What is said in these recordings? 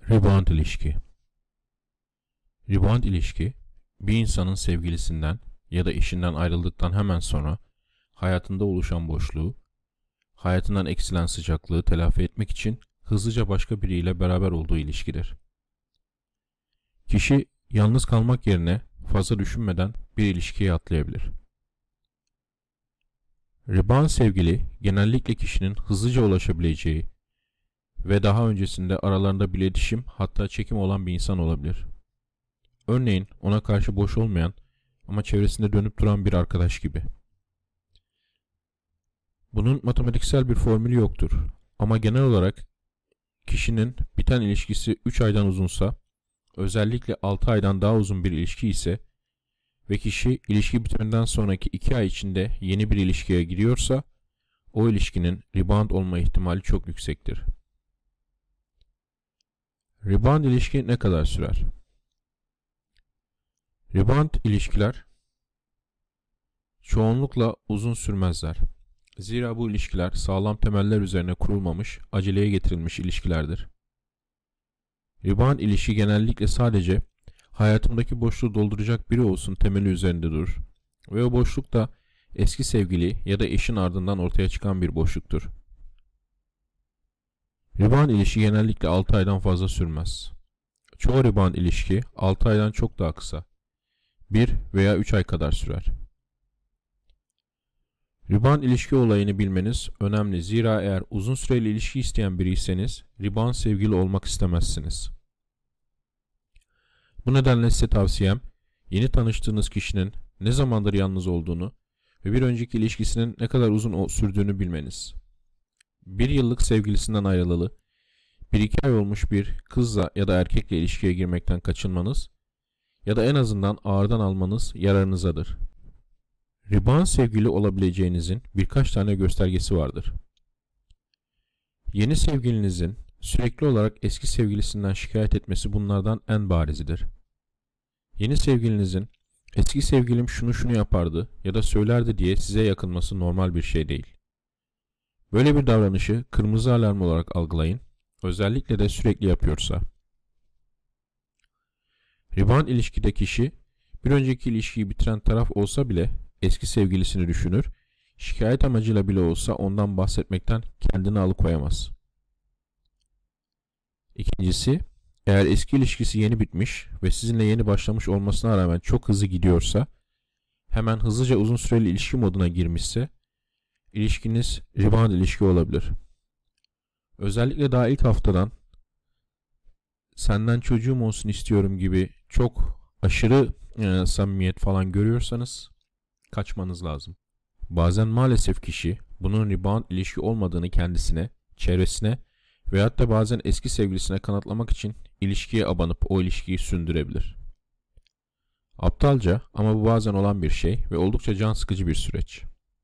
Rebound ilişki. Rebound ilişki, bir insanın sevgilisinden ya da eşinden ayrıldıktan hemen sonra hayatında oluşan boşluğu, hayatından eksilen sıcaklığı telafi etmek için hızlıca başka biriyle beraber olduğu ilişkidir. Kişi yalnız kalmak yerine fazla düşünmeden bir ilişkiye atlayabilir. Rebound sevgili genellikle kişinin hızlıca ulaşabileceği ve daha öncesinde aralarında bir iletişim hatta çekim olan bir insan olabilir. Örneğin ona karşı boş olmayan ama çevresinde dönüp duran bir arkadaş gibi. Bunun matematiksel bir formülü yoktur ama genel olarak kişinin biten ilişkisi 3 aydan uzunsa, özellikle 6 aydan daha uzun bir ilişki ise ve kişi ilişki bitiminden sonraki 2 ay içinde yeni bir ilişkiye giriyorsa, o ilişkinin rebound olma ihtimali çok yüksektir. Rebound ilişki ne kadar sürer? Rebound ilişkiler çoğunlukla uzun sürmezler. Zira bu ilişkiler sağlam temeller üzerine kurulmamış, aceleye getirilmiş ilişkilerdir. Rebound ilişki genellikle sadece hayatımdaki boşluğu dolduracak biri olsun temeli üzerinde durur ve o boşluk da eski sevgili ya da eşin ardından ortaya çıkan bir boşluktur. Rebound ilişki genellikle 6 aydan fazla sürmez. Çoğu rebound ilişki 6 aydan çok daha kısa, 1 veya 3 ay kadar sürer. Rebound ilişki olayını bilmeniz önemli, zira eğer uzun süreli ilişki isteyen biriyseniz rebound sevgili olmak istemezsiniz. Bu nedenle size tavsiyem, yeni tanıştığınız kişinin ne zamandır yalnız olduğunu ve bir önceki ilişkisinin ne kadar uzun sürdüğünü bilmeniz. 1 yıllık sevgilisinden ayrılalı, 1-2 ay olmuş bir kızla ya da erkekle ilişkiye girmekten kaçınmanız ya da en azından ağırdan almanız yararınızadır. Rebound sevgili olabileceğinizin birkaç tane göstergesi vardır. Yeni sevgilinizin sürekli olarak eski sevgilisinden şikayet etmesi bunlardan en barizidir. Yeni sevgilinizin eski sevgilim şunu yapardı ya da söylerdi diye size yakınması normal bir şey değil. Böyle bir davranışı kırmızı alarm olarak algılayın, özellikle de sürekli yapıyorsa. Rebound ilişkide kişi bir önceki ilişkiyi bitiren taraf olsa bile eski sevgilisini düşünür, şikayet amacıyla bile olsa ondan bahsetmekten kendini alıkoyamaz. İkincisi, eğer eski ilişkisi yeni bitmiş ve sizinle yeni başlamış olmasına rağmen çok hızlı gidiyorsa, hemen hızlıca uzun süreli ilişki moduna girmişse, ilişkiniz rebound ilişki olabilir. Özellikle daha ilk haftadan senden çocuğum olsun istiyorum gibi çok aşırı samimiyet falan görüyorsanız kaçmanız lazım. Bazen maalesef kişi bunun rebound ilişki olmadığını kendisine, çevresine veyahut da bazen eski sevgilisine kanıtlamak için ilişkiye abanıp o ilişkiyi sündürebilir. Aptalca ama bu bazen olan bir şey ve oldukça can sıkıcı bir süreç.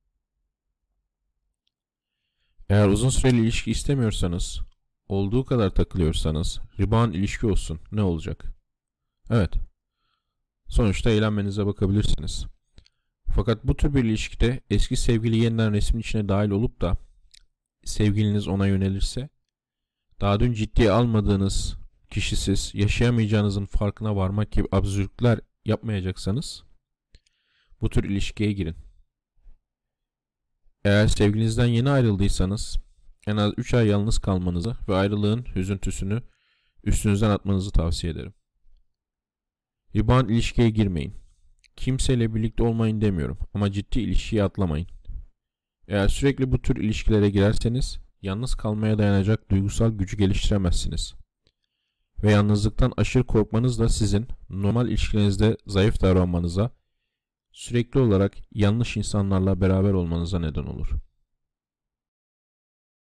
Eğer uzun süreli ilişki istemiyorsanız, olduğu kadar takılıyorsanız, rebound ilişki olsun, ne olacak? Evet, sonuçta eğlenmenize bakabilirsiniz. Fakat bu tür bir ilişkide eski sevgili yeniden resmin içine dahil olup da sevgiliniz ona yönelirse, daha dün ciddiye almadığınız kişisiz yaşayamayacağınızın farkına varmak gibi absürtler yapmayacaksanız bu tür ilişkiye girin. Eğer sevgilinizden yeni ayrıldıysanız en az 3 ay yalnız kalmanızı ve ayrılığın hüzüntüsünü üstünüzden atmanızı tavsiye ederim. Rebound ilişkiye girmeyin. Kimseyle birlikte olmayın demiyorum ama ciddi ilişkiye atlamayın. Eğer sürekli bu tür ilişkilere girerseniz yalnız kalmaya dayanacak duygusal gücü geliştiremezsiniz. Ve yalnızlıktan aşırı korkmanız da sizin normal ilişkinizde zayıf davranmanıza, sürekli olarak yanlış insanlarla beraber olmanıza neden olur.